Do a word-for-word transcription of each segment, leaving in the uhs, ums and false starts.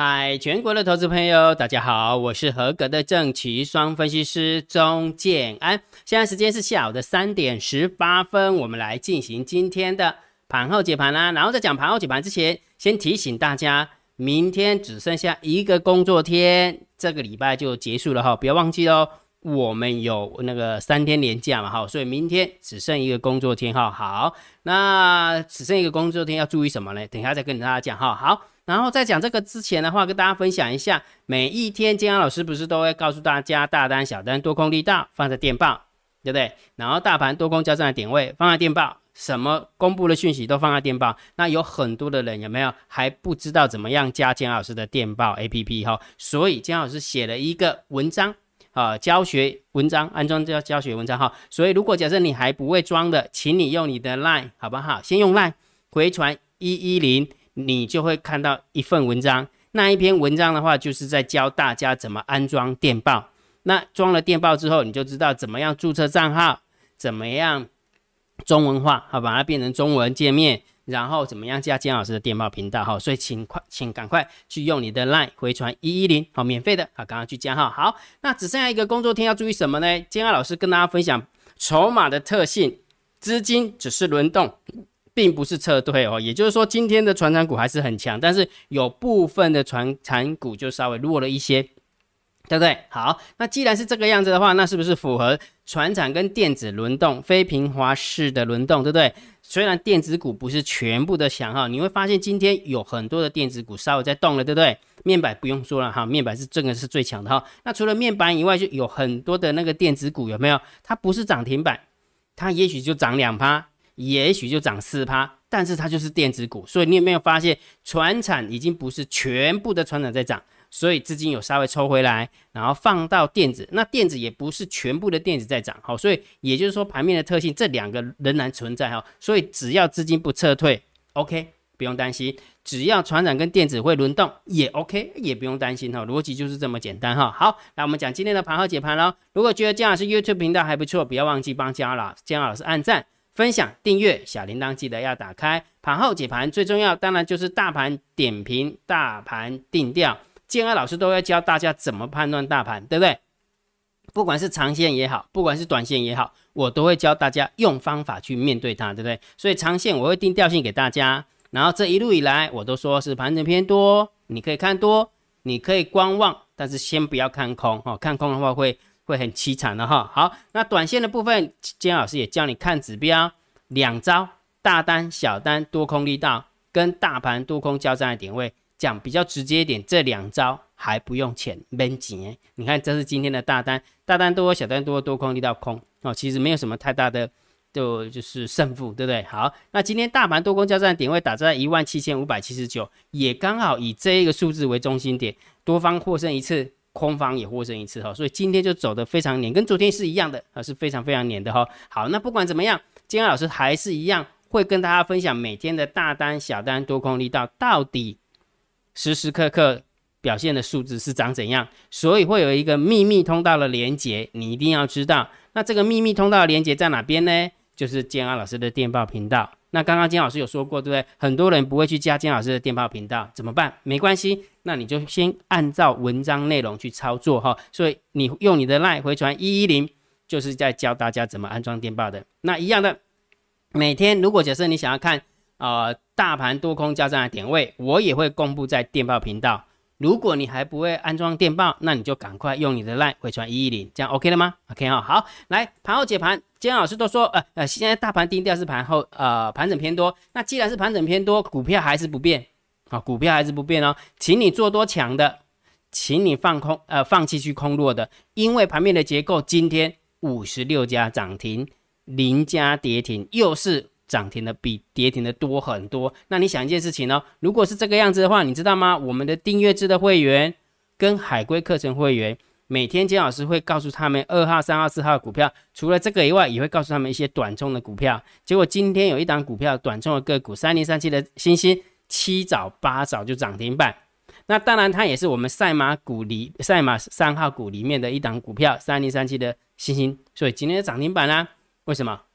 嗨，全国的投资朋友，大家好，我是合格的正奇双分析师钟建安。现在时间是下午的三点十八分，我们来进行今天的盘后解盘啦。然后在讲盘后解盘之前，先提醒大家，明天只剩下一个工作天，这个礼拜就结束了哈，不要忘记哦。我们有那个三天连假嘛哈，所以明天只剩一个工作天哈。好，那只剩一个工作天要注意什么呢？等一下再跟大家讲哈。好。然后在讲这个之前的话，跟大家分享一下，每一天建安老师不是都会告诉大家大单、小单、多空力道放在电报，对不对？然后大盘多空交战的点位放在电报，什么公布的讯息都放在电报。那有很多的人有没有还不知道怎么样加建安老师的电报 A P P 哈？所以建安老师写了一个文章啊，教学文章，安装教教学文章哈。所以如果假设你还不会装的，请你用你的 LINE 好不好？先用 LINE 回传一一零。你就会看到一份文章，那一篇文章的话就是在教大家怎么安装电报。那装了电报之后，你就知道怎么样注册账号，怎么样中文化，好，把它变成中文界面，然后怎么样加建安老师的电报频道哈。所以请快，请赶快去用你的 LINE 回传一一零，好，免费的，好，赶快去加哈。好，那只剩下一个工作天要注意什么呢？建安老师跟大家分享筹码的特性，资金只是轮动，并不是撤退哦，也就是说今天的传产股还是很强，但是有部分的传产股就稍微弱了一些，对不对？好，那既然是这个样子的话，那是不是符合传产跟电子轮动非平滑式的轮动，对不对？虽然电子股不是全部的强哈，你会发现今天有很多的电子股稍微在动了，对不对？面板不用说了哈，面板是这个是最强的哈。那除了面板以外，就有很多的那个电子股有没有？它不是涨停板，它也许就涨 百分之二。也许就涨 百分之四， 但是它就是电子股，所以你有没有发现传产已经不是全部的传产在涨，所以资金有稍微抽回来，然后放到电子，那电子也不是全部的电子在涨，好，所以也就是说盘面的特性这两个仍然存在哈，所以只要资金不撤退 OK 不用担心，只要传产跟电子会轮动也 OK 也不用担心哈，逻辑就是这么简单哈。好，那我们讲今天的盘后解盘咯，如果觉得建安老师 YouTube 频道还不错，不要忘记帮建安老建安老师按赞分享订阅，小铃铛记得要打开。盘后解盘最重要当然就是大盘点评，大盘定调，建安老师都要教大家怎么判断大盘，对不对？不管是长线也好，不管是短线也好，我都会教大家用方法去面对它，对不对？所以长线我会定调性给大家，然后这一路以来我都说是盘整偏多，你可以看多，你可以观望，但是先不要看空哦，看空的话会会很凄惨的哈。好，那短线的部分，建安老师也教你看指标，两招，大单、小单、多空力道跟大盘多空交战的点位，讲比较直接一点，这两招还不用钱，没钱。你看，这是今天的大单，大单多，小单多，多空力道空哦，其实没有什么太大的就就是胜负，对不对？好，那今天大盘多空交战的点位打在一万七千五百七十九，也刚好以这一个数字为中心点，多方获胜一次。空方也获胜一次哈，所以今天就走得非常黏，跟昨天是一样的啊，是非常非常黏的哈。好，那不管怎么样，建安老师还是一样会跟大家分享每天的大单、小单、多空力道到底时时刻刻表现的数字是长怎样，所以会有一个秘密通道的连结，你一定要知道。那这个秘密通道的连结在哪边呢？就是建安老师的电报频道。那刚刚建安老师有说过，对不对？很多人不会去加建安老师的电报频道，怎么办？没关系，那你就先按照文章内容去操作哈。所以你用你的 LINE 回传一一零，就是在教大家怎么安装电报的。那一样的，每天如果假设你想要看呃大盘多空交战的点位，我也会公布在电报频道。如果你还不会安装电报，那你就赶快用你的 LINE 回传一一零，这样 OK 了吗 ？OK 哈，好，来盘后解盘，建安老师都说，呃呃，现在大盘定调是盘后呃盘整偏多，那既然是盘整偏多，股票还是不变啊，股票还是不变哦，请你做多强的，请你放空呃放弃去空弱的，因为盘面的结构今天五十六家涨停，零家跌停，又是涨停的比跌停的多很多。那你想一件事情哦，如果是这个样子的话，你知道吗？我们的订阅制的会员跟海龟课程会员，每天建老师会告诉他们二号、三号、四号的股票，除了这个以外，也会告诉他们一些短冲的股票。结果今天有一档股票短冲的个股，三零三七的星星，七早八早就涨停板。那当然，它也是我们赛马股里赛马三号股里面的一档股票，三零三七的星星，所以今天的涨停板啦、啊。为什么？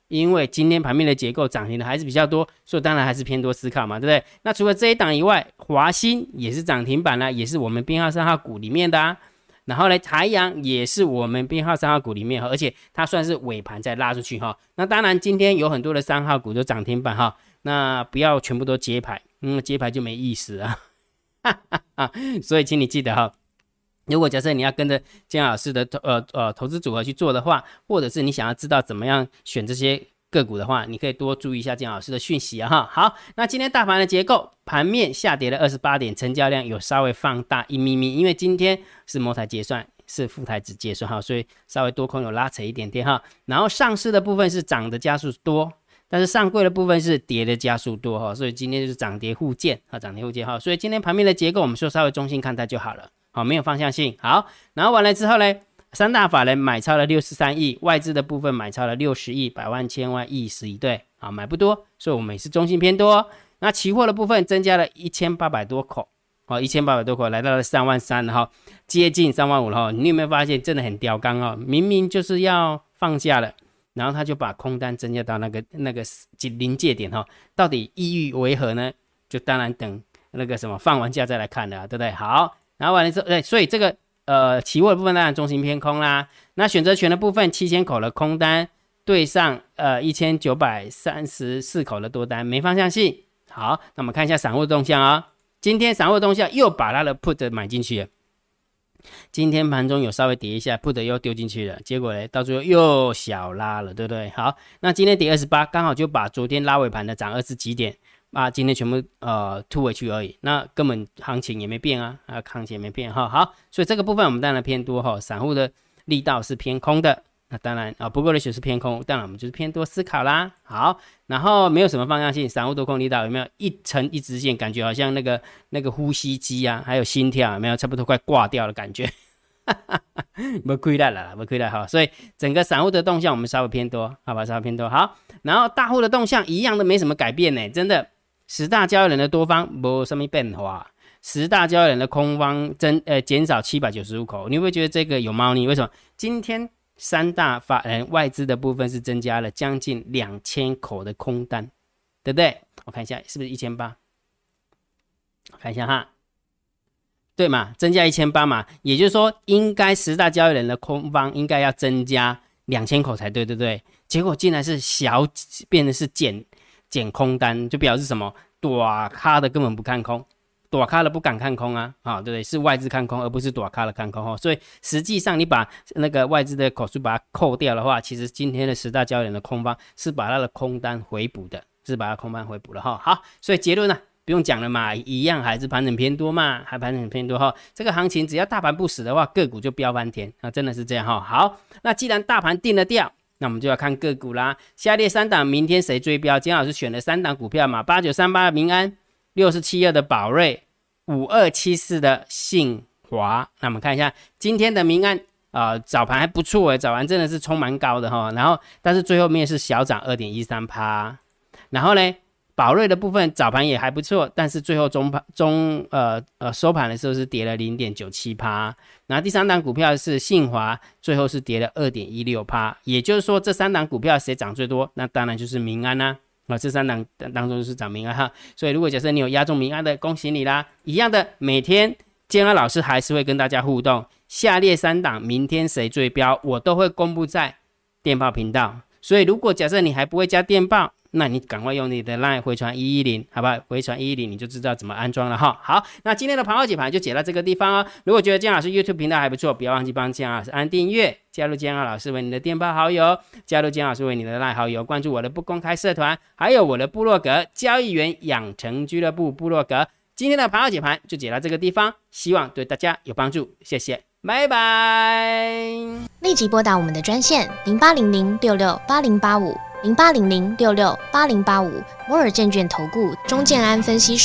因为今天盘面的结构涨停的还是比较多，所以当然还是偏多思考嘛，对不对？那除了这一档以外，华兴也是涨停板啦，也是我们编号三号股里面的啊。然后呢，台阳也是我们编号三号股里面，而且它算是尾盘再拉出去哈。那当然今天有很多的三号股都涨停板哈，那不要全部都接牌，嗯，接牌就没意思啊。所以请你记得哈，如果假设你要跟着建安老师的呃呃投资组合去做的话，或者是你想要知道怎么样选这些个股的话，你可以多注意一下建安老师的讯息啊哈。好，那今天大盘的结构，盘面下跌了二十八点，成交量有稍微放大一咪咪，因为今天是摩台结算，是富台指结算哈，所以稍微多空有拉扯一点点哈。然后上市的部分是涨的加速多，但是上柜的部分是跌的加速多哈，所以今天就是涨跌互见哈，涨跌互见哈。所以今天盘面的结构，我们就稍微中性看待就好了，好，没有方向性。好，然后完了之后呢？三大法人买超了六十三亿，外资的部分买超了六十亿，百万、千万、亿、十一对，好，买不多，所以我们也是中性偏多。那期货的部分增加了一千八百多口，好，一千八百多口来到了三万三了哈，接近三万五了哈。你有没有发现真的很刁刚哦？明明就是要放假了，然后他就把空单增加到那个那个临界点哈，到底意欲为何呢？就当然等那个什么放完假再来看的，对不对？好，然后完了之后，对，所以这个。呃，期货的部分当然中型偏空啦。那选择权的部分，七千口的空单对上呃一千九百三十四口的多单，没方向性。好，那我们看一下散户的动向啊、哦。今天散户的动向又把他的 put 买进去了。今天盘中有稍微跌一下 ，put 又丢进去了，结果呢，到最后又小拉了，对不对？好，那今天跌二十八，刚好就把昨天拉尾盘的涨二十几点。啊，今天全部呃吐回去而已，那根本行情也没变啊，啊，行情也没变哈。好，所以这个部分我们当然偏多哈，散户的力道是偏空的，那当然啊，不过的雪是偏空，当然我们就是偏多思考啦。好，然后没有什么方向性，散户多空力道有没有一层一直线，感觉好像那个那个呼吸机啊，还有心跳有没有差不多快挂掉的感觉？不亏了啦，不亏了哈。所以整个散户的动向我们稍微偏多，好吧，稍微偏多。好，然后大户的动向一样的没什么改变呢，真的。十大交易人的多方没什么变化，十大交易人的空方增呃减少七百九十五口，你会不会觉得这个有猫腻？为什么？今天三大法人外资的部分是增加了将近两千口的空单，对不对？我看一下是不是一千八？我看一下哈，对嘛，增加一千八嘛，也就是说应该十大交易人的空方应该要增加两千口才对，对不对？结果竟然是小变成是减。减空单就表示什么？大咖的根本不看空，大咖的不敢看空啊，啊、哦，对不对？是外资看空，而不是大咖的看空哦。所以实际上你把那个外资的口数把它扣掉的话，其实今天的十大交易人的空方是把它的空单回补的，是把它空单回补了哈、哦。好，所以结论呢、啊，不用讲了嘛，一样还是盘整偏多嘛，还盘整偏多哈、哦。这个行情只要大盘不死的话，个股就飙翻天啊，真的是这样哈、哦。好，那既然大盘定了调。那我们就要看个股啦，下列三档明天谁追标？今天老师选了三档股票嘛，八九三八的民安，六四七二的宝瑞，五二七四的信华。那我们看一下今天的民安啊、呃，早盘还不错诶，早盘真的是冲蛮高的哈。然后，但是最后面是小涨 二点一三趴。然后呢，宝瑞的部分早盘也还不错，但是最后中盘中呃呃收盘的时候是跌了 零点九七趴。然后第三档股票是信华，最后是跌了 二点一六趴。也就是说这三档股票谁涨最多？那当然就是民安啦、啊。啊，这三档当中是涨民安哈。所以如果假设你有押中民安的，恭喜你啦！一样的，每天建安老师还是会跟大家互动。下列三档明天谁最标，我都会公布在电报频道。所以如果假设你还不会加电报，那你赶快用你的 LINE 回传一一零，好不好？回传一一零你就知道怎么安装了哈。好，那今天的盘后解盘就解到这个地方哦。如果觉得建安老师 YouTube 频道还不错，不要忘记帮建安老师按订阅，加入建安老师为你的电报好友，加入建安老师为你的 LINE 好友，关注我的不公开社团，还有我的部落格交易员养成俱乐部部落格。今天的盘后解盘就解到这个地方，希望对大家有帮助，谢谢，拜拜。 立即拨打我们的专线零八零零六六八零八五。零八零零六六八零八五摩尔证券投顾钟建安分析师。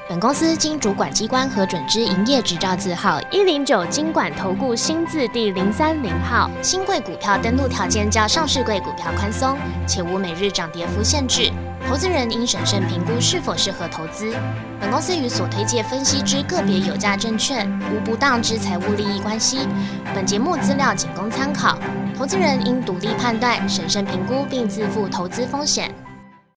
本公司经主管机关核准之营业执照字号一零九金管投顾新字第零三零号。新贵股票登录条件较上市贵股票宽松，且无每日涨跌幅限制。投资人应审慎评估是否适合投资。本公司与所推介分析之个别有价证券无不当之财务利益关系。本节目资料仅供参考，投资人应独立判断、审慎评估并自负投资风险。